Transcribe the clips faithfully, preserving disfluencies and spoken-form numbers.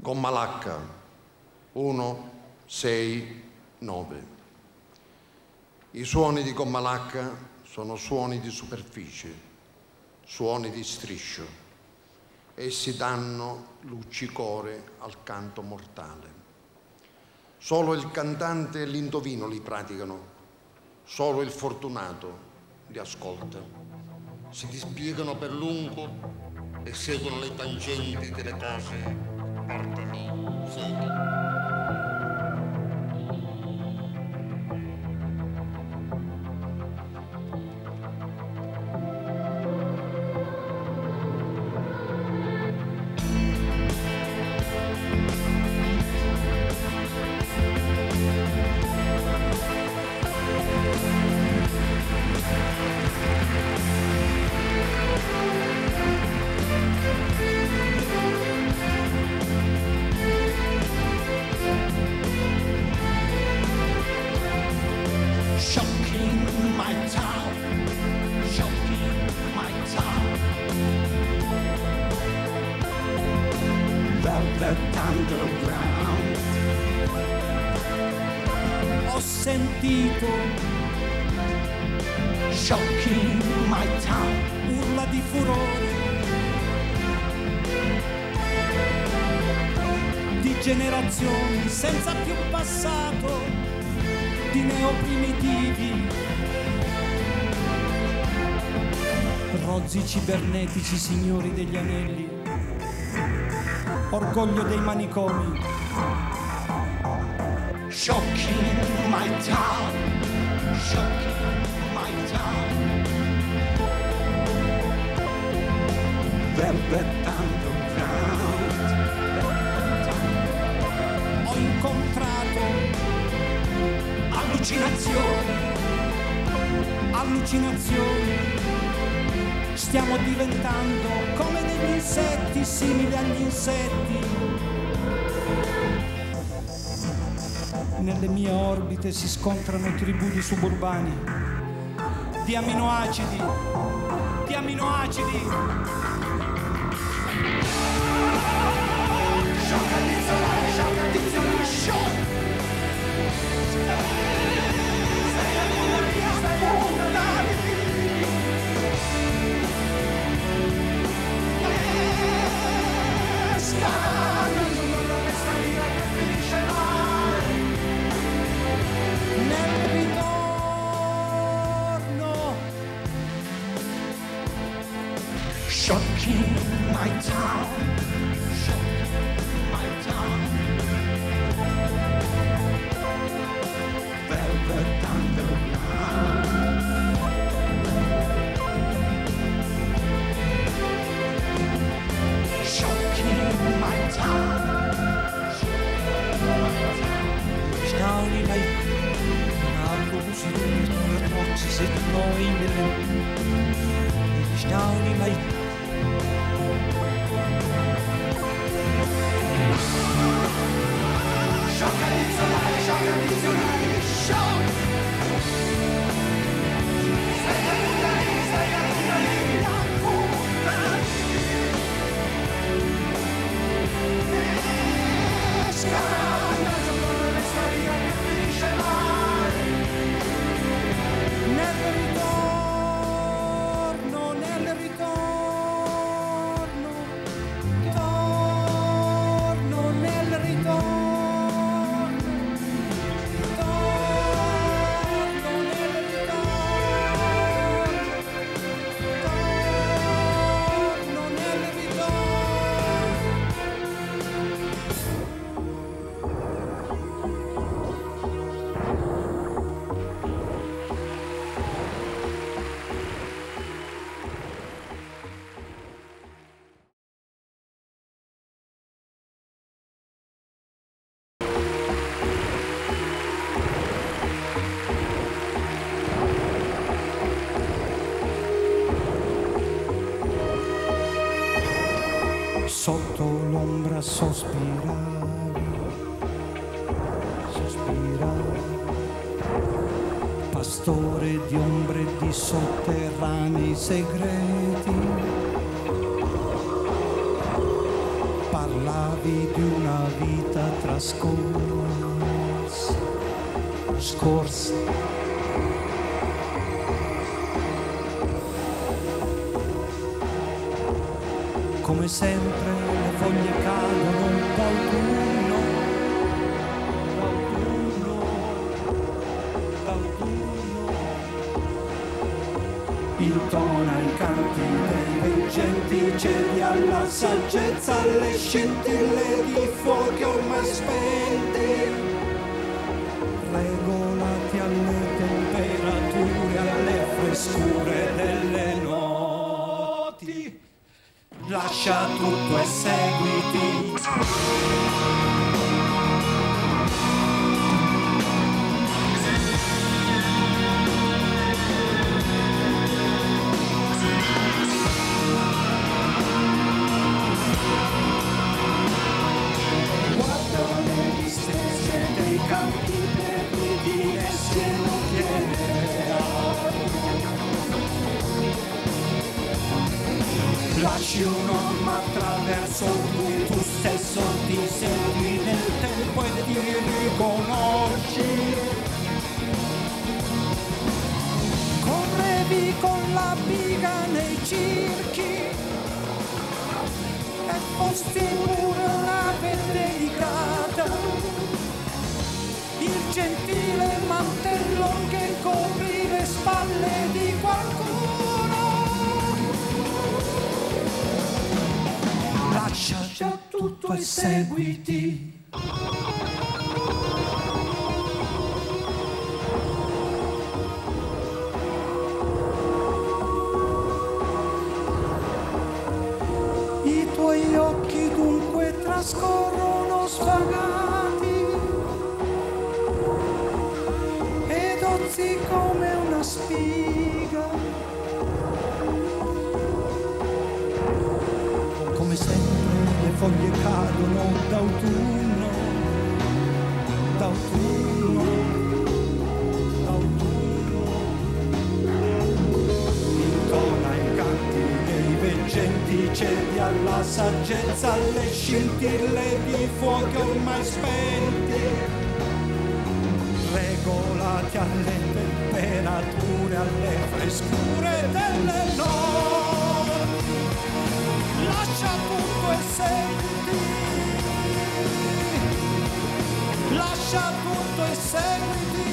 Gomma Lacca, uno, sei, nove. I suoni di Gomma Lacca sono suoni di superficie, suoni di striscio. Essi danno luccicore al canto mortale. Solo il cantante e l'indovino li praticano, solo il fortunato li ascolta. Si dispiegano per lungo e seguono le tangenti delle cose, portano segni. Ho sentito shocking my town, urla di furore, di generazioni senza più passato, di neoprimitivi, rozzi cibernetici, signori degli anelli, orgoglio dei manicomi. Shocking my town, shocking my town, velvet underground. Ho incontrato allucinazioni, allucinazioni. Stiamo diventando come degli insetti, simili agli insetti. Nelle mie orbite si scontrano tribù di suburbani, di aminoacidi, di aminoacidi. Shock addizionale, shock addizionale, shock. Shocking my town, shocking my town, velvet underground. Shocking my town, Stauni mai, Marco Busini, Norci, se noi nelle Stauni mai. Shock addizionale, shock addizionale, shock. Stai attenta lì, stai attenta lì, la puttana. Scandalo, non resta via che finisce mai. Nel ritorno, nel ritorno, torno nel ritorno. Sotto l'ombra sospirare, sospirare, pastore di ombre e di sotterranei segreti, parlare schiavi di una vita trascorsa, scorsa. Come sempre le foglie cadono d'autunno, d'autunno, d'autunno. Intona i canti dei veggenti, cedi alla saggezza, alle scintille di fuochi ormai spenti. Regolati alle temperature, alle frescure delle noti. Lascia tutto e seguiti. Guarda le distese dei campi perduti e se non chiede. Lasci un'orma attraverso cui tu stesso ti segui nel tempo e ti riconosci. Correvi con la biga nei circhi e fosti pure un'ave delicata, il gentile mantello che copri le spalle di qualcuno. Lascia già tutto e seguiti. I tuoi occhi dunque trascorrono sfagati ed ozzi come una spiga. Come sempre le foglie cadono d'autunno, d'autunno, d'autunno. Intona i canti dei veggenti, cedi alla saggezza, alle scintille di fuochi ormai spenti. Regolati alle temperature, alle frescure delle notti. Lascia tutto e seguiti. Lascia tutto e seguiti.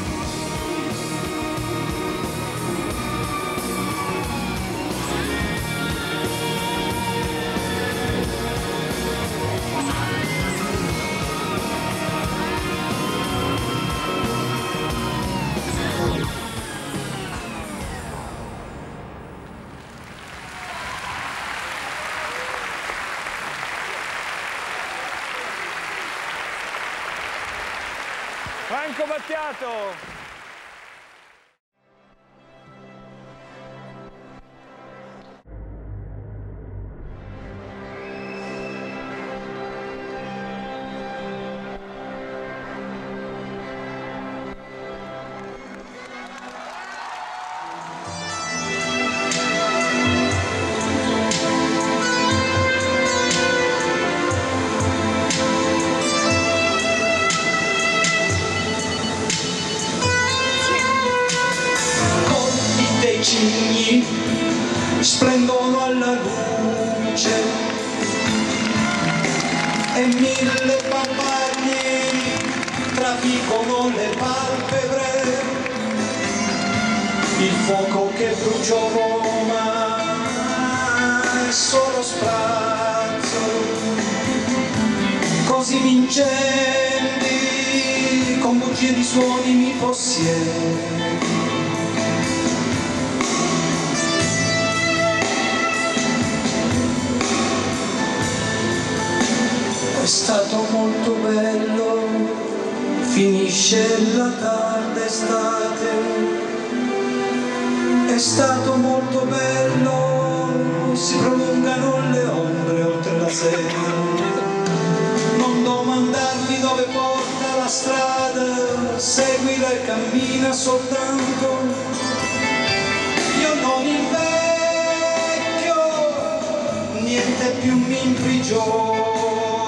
Franco Battiato! Cigni splendono alla luce e mille pappagli trafiggono le palpebre. Il fuoco che bruciò Roma è solo sprazzo, così vincenti con bugie di suoni mi possiedi. È stato molto bello, finisce la tarda estate. È stato molto bello, si prolungano le ombre oltre la sera. Non domandarmi dove porta la strada, seguila e cammina soltanto. Io non invecchio, niente più mi imprigiona.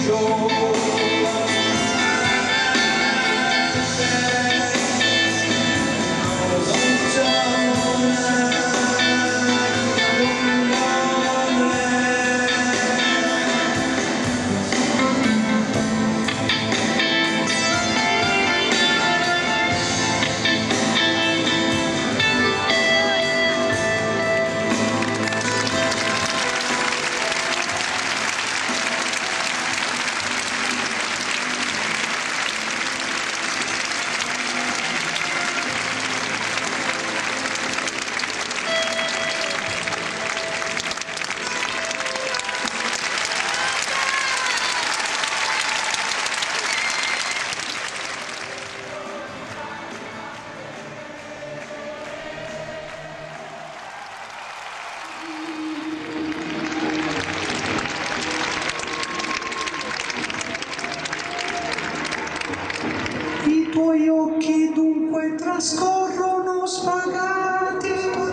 I tuoi occhi dunque trascorrono svagati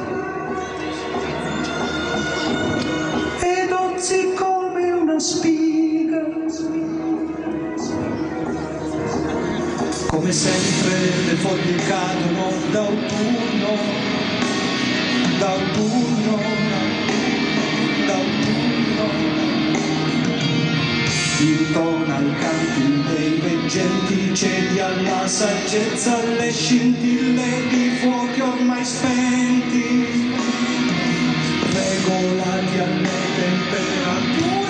ed ozzi come una spiga. Come sempre le foglie cadono d'autunno, d'autunno, d'autunno. Intona il canti dei veggenti, cedi alla saggezza le scintille di fuochi ormai spenti, regolati alle temperature.